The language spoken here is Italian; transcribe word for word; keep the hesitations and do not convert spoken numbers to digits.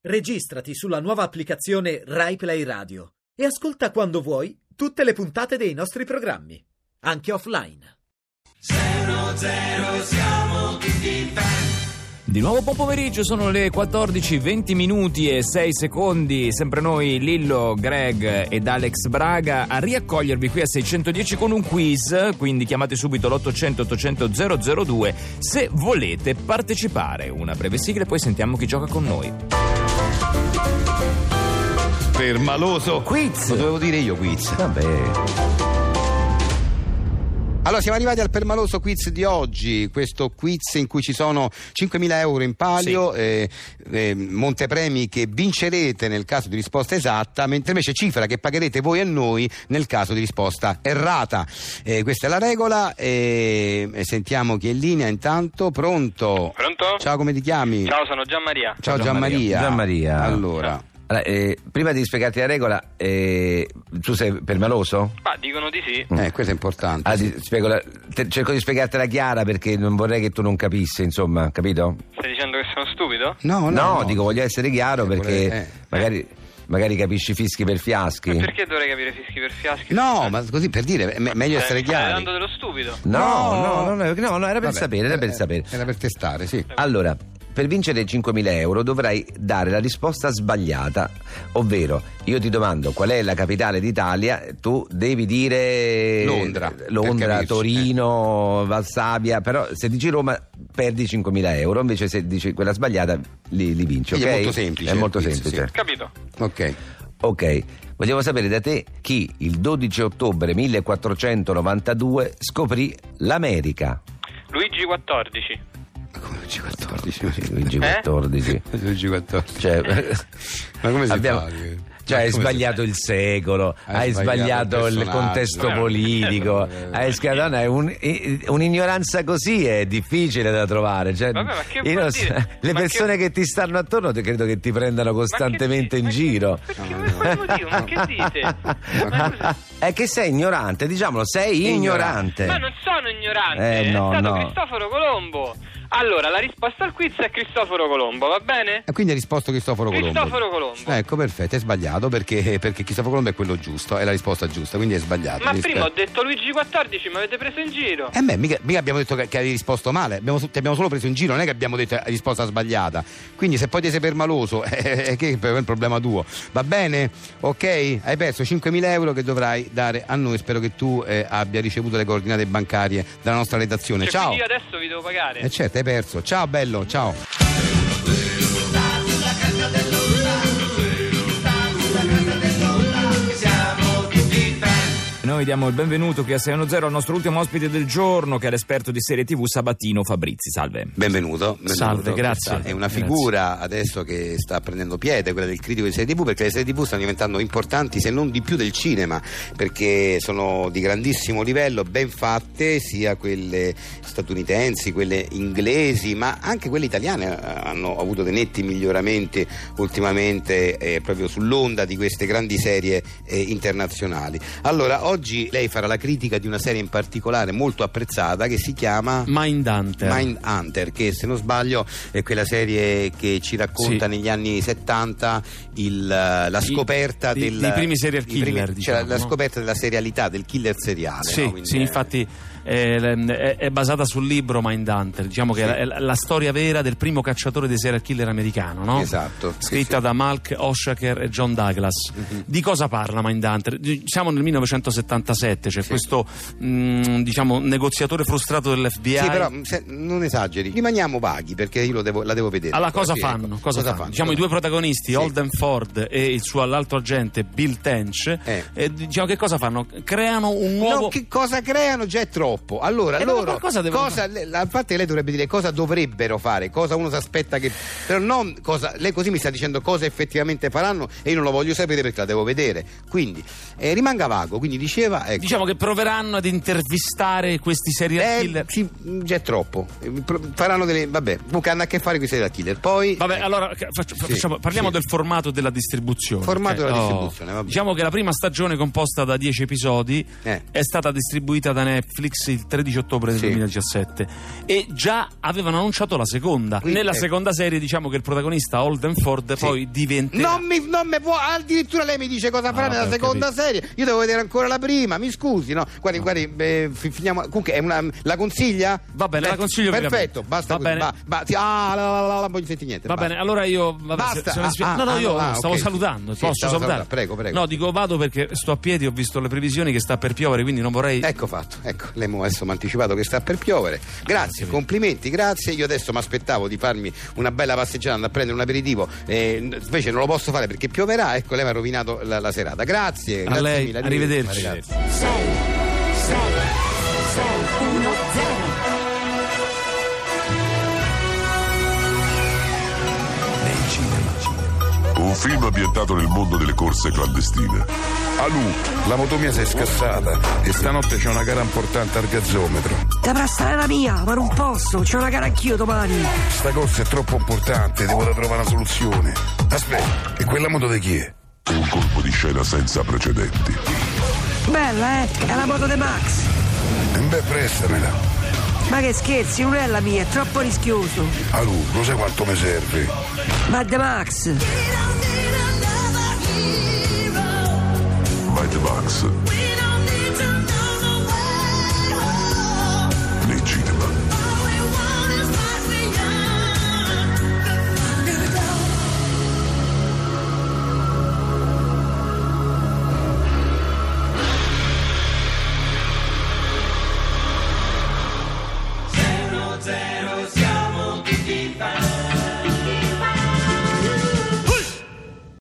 Registrati sulla nuova applicazione Rai Play Radio e ascolta quando vuoi tutte le puntate dei nostri programmi, anche offline. zero zero siamo tutti fan. Di nuovo buon pomeriggio, sono le quattordici venti minuti e sei secondi, sempre noi Lillo, Greg ed Alex Braga a riaccogliervi qui a seicentodieci con un quiz, quindi chiamate subito l'ottocento ottocento zero zero due se volete partecipare. Una breve sigla e poi sentiamo chi gioca con noi. Permaloso Quiz. Lo dovevo dire io quiz. Vabbè. Allora siamo arrivati al permaloso quiz di oggi, questo quiz in cui ci sono cinquemila euro in palio, sì. eh, eh, montepremi che vincerete nel caso di risposta esatta, mentre invece cifra che pagherete voi a noi nel caso di risposta errata. Eh, questa è la regola. Eh, sentiamo chi è in linea intanto. Pronto? Pronto? Ciao, come ti chiami? Ciao, sono Gianmaria. Ciao Gianmaria. Gianmaria. Allora... Allora, eh, prima di spiegarti la regola, eh, tu sei permaloso? Ma dicono di sì. Eh, questo è importante. Ah, sì. ti spiego la, te, cerco di spiegartela chiara perché non vorrei che tu non capissi, insomma, capito? Stai dicendo che sono stupido? No, no, No, no. dico, voglio essere chiaro Eh, perché vorrei- eh. magari, magari capisci fischi per fiaschi. Ma perché dovrei capire fischi per fiaschi? No, ma così per dire, è me- meglio Cioè, essere mi stai chiari. dando dello stupido. No, No. no, no, no, no, no, era per Vabbè, sapere, era per eh, sapere. Era per testare, sì. Allora, per vincere cinquemila euro dovrai dare la risposta sbagliata, ovvero io ti domando qual è la capitale d'Italia, tu devi dire Londra, per Londra, capirci, Torino, Valsavia, però se dici Roma perdi cinquemila euro, invece se dici quella sbagliata li, li vinci, ok? Quindi è molto semplice È il molto quiz, semplice. sì. Capito? Ok. Ok, vogliamo sapere da te chi il dodici ottobre millequattrocentonovantadue scoprì l'America. Luigi quattordici. Come Luigi quattordici? Luigi Eh? quattordici. Luigi quattordici. Cioè, Ma come si abbiamo- fa? Cioè Ma hai come sbagliato il secolo, Hai hai sbagliato sbagliato il il personaggio. contesto Eh, politico, eh, hai sbagliato, no, è un- i- un'ignoranza così è difficile da trovare. Cioè, Vabbè, ma che io vuol non so- dire? le Ma persone che- che... ti stanno attorno te- credo che ti prendano costantemente in Ma che- giro. Perché per quale motivo? Ma che dite? Ma scusa, È che sei ignorante, diciamolo, sei ignorante. ma non sono ignorante, Eh, no, è stato no. Cristoforo Colombo. Allora, la risposta al quiz è Cristoforo Colombo, va bene? E quindi ha risposto Cristoforo Colombo. Cristoforo Colombo. Ecco, perfetto, è sbagliato perché, perché Cristoforo Colombo è quello giusto, è la risposta giusta, quindi è sbagliato. Ma Mi prima ho dispiace. detto Luigi quattordici, mi avete preso in giro. Eh beh, mica, mica abbiamo detto che, che avevi risposto male, abbiamo, ti abbiamo solo preso in giro, non è che abbiamo detto hai risposta sbagliata. Quindi se poi ti sei permaloso, è che è un problema tuo. Va bene? Ok? Hai perso cinquemila euro che dovrai dare a noi. Spero che tu eh, abbia ricevuto le coordinate bancarie dalla nostra redazione. Cioè, Ciao! quindi io adesso vi devo pagare. Eh certo, hai perso. Ciao bello, ciao. Noi diamo il benvenuto qui a sei uno zero al nostro ultimo ospite del giorno, che è l'esperto di serie tivù Sabatino Fabrizi. Salve. Benvenuto, benvenuto. Salve, grazie. È una Grazie. figura adesso che sta prendendo piede, quella del critico di serie tivù, perché le serie tivù stanno diventando importanti se non di più del cinema, perché sono di grandissimo livello, ben fatte, sia quelle statunitensi, quelle inglesi, ma anche quelle italiane hanno avuto dei netti miglioramenti ultimamente eh, proprio sull'onda di queste grandi serie eh, internazionali. Allora, oggi lei farà la critica di una serie in particolare molto apprezzata che si chiama Mindhunter. Mindhunter, che se non sbaglio è quella serie che ci racconta Sì. negli anni settanta il, la scoperta di- del, dei primi serial i primi- killer, cioè diciamo, la no? scoperta della serialità del killer seriale. Sì, no? Quindi sì, è- infatti è, è- è basata sul libro Mindhunter, diciamo che Sì. è la, è la storia vera del primo cacciatore dei serial killer americano, no? Esatto, sì, Scritta sì. da Malk Oshaker e John Douglas. Di cosa parla Mindhunter? Siamo nel millenovecentosettantasette, c'è Sì. questo mh, diciamo negoziatore frustrato dell'F B I. Sì, però se- non esageri, rimaniamo vaghi perché io lo devo- la devo vedere. Allora, cosa Sì, fanno? ecco. Cosa fanno? Diciamo Cosa i due protagonisti, Sì. Holden Ford e il suo l'altro agente Bill Tench, Eh. eh, diciamo che cosa fanno? Creano un nuovo... No, che cosa creano già è troppo. Allora, Eh, ma loro qualcosa devono cosa, le- a parte lei dovrebbe dire cosa dovrebbero fare, cosa uno si aspetta che. Però non cosa. Lei così mi sta dicendo cosa effettivamente faranno e io non lo voglio sapere perché la devo vedere. Quindi eh, rimanga vago. Quindi diceva va. Ecco. Diciamo che proveranno ad intervistare questi serial Eh, killer. sì, già è troppo. Eh, pro- Faranno delle. Vabbè, comunque hanno a che fare con i serial killer. Poi. Vabbè, ecco. allora faccio- Sì, facciamo- parliamo sì. del formato della distribuzione. Formato ok? della Oh. distribuzione, vabbè. Diciamo che la prima stagione, composta da dieci episodi, Eh. è stata distribuita da Netflix il tredici ottobre del Sì. duemiladiciassette e già avevano annunciato la seconda. Quindi, Nella ecco. seconda serie, diciamo che il protagonista Holden Ford Sì. poi diventerà. Non mi, non mi può, addirittura lei mi dice cosa farà Ah, nella vabbè, ho seconda capito. serie. Io devo vedere ancora la prima, mi scusi, no? Guardi, guardi, eh, fi- finiamo. Comunque è una, la consiglia? Va bene, la Eh, consiglio Perfetto, vivamente. basta Va così. bene. Ba, ba- sì, ah, la, la, la, la, non voglio sentire niente. Va basta. bene, allora io vabbè, Basta. se- se ne spi- Ah, no, no, ah, io ah, stavo ok, sì. salutando, Sì, posso stavo salutare? salutando. Prego, prego. No, dico vado perché sto a piedi, ho visto le previsioni che sta per piovere, quindi non vorrei. Ecco fatto, ecco, lei mo adesso mi ha anticipato che sta per piovere. Grazie, complimenti, grazie. Io adesso mi aspettavo di farmi una bella passeggiata, andare a prendere un aperitivo, eh, invece non lo posso fare perché pioverà. Ecco, lei mi ha rovinato la, la serata. Grazie, A grazie lei, mille. arrivederci. Ragazzi. sei, sei, sei, uno, zero. Un film ambientato nel mondo delle corse clandestine. Alù, la moto mia si è scassata e stanotte c'è una gara importante al gazzometro. Dovrà stare la mia, ma non posso, c'è una gara anch'io domani. Sta corsa è troppo importante, devo da trovare una soluzione. Aspetta, e quella moto di chi è? Un colpo di scena senza precedenti. Bella, eh? È la moto di Max. E beh, prestamela. Ma che scherzi, non è la mia, è troppo rischioso. Alù, lo sai quanto mi serve? Ma De Max. Mighty Max,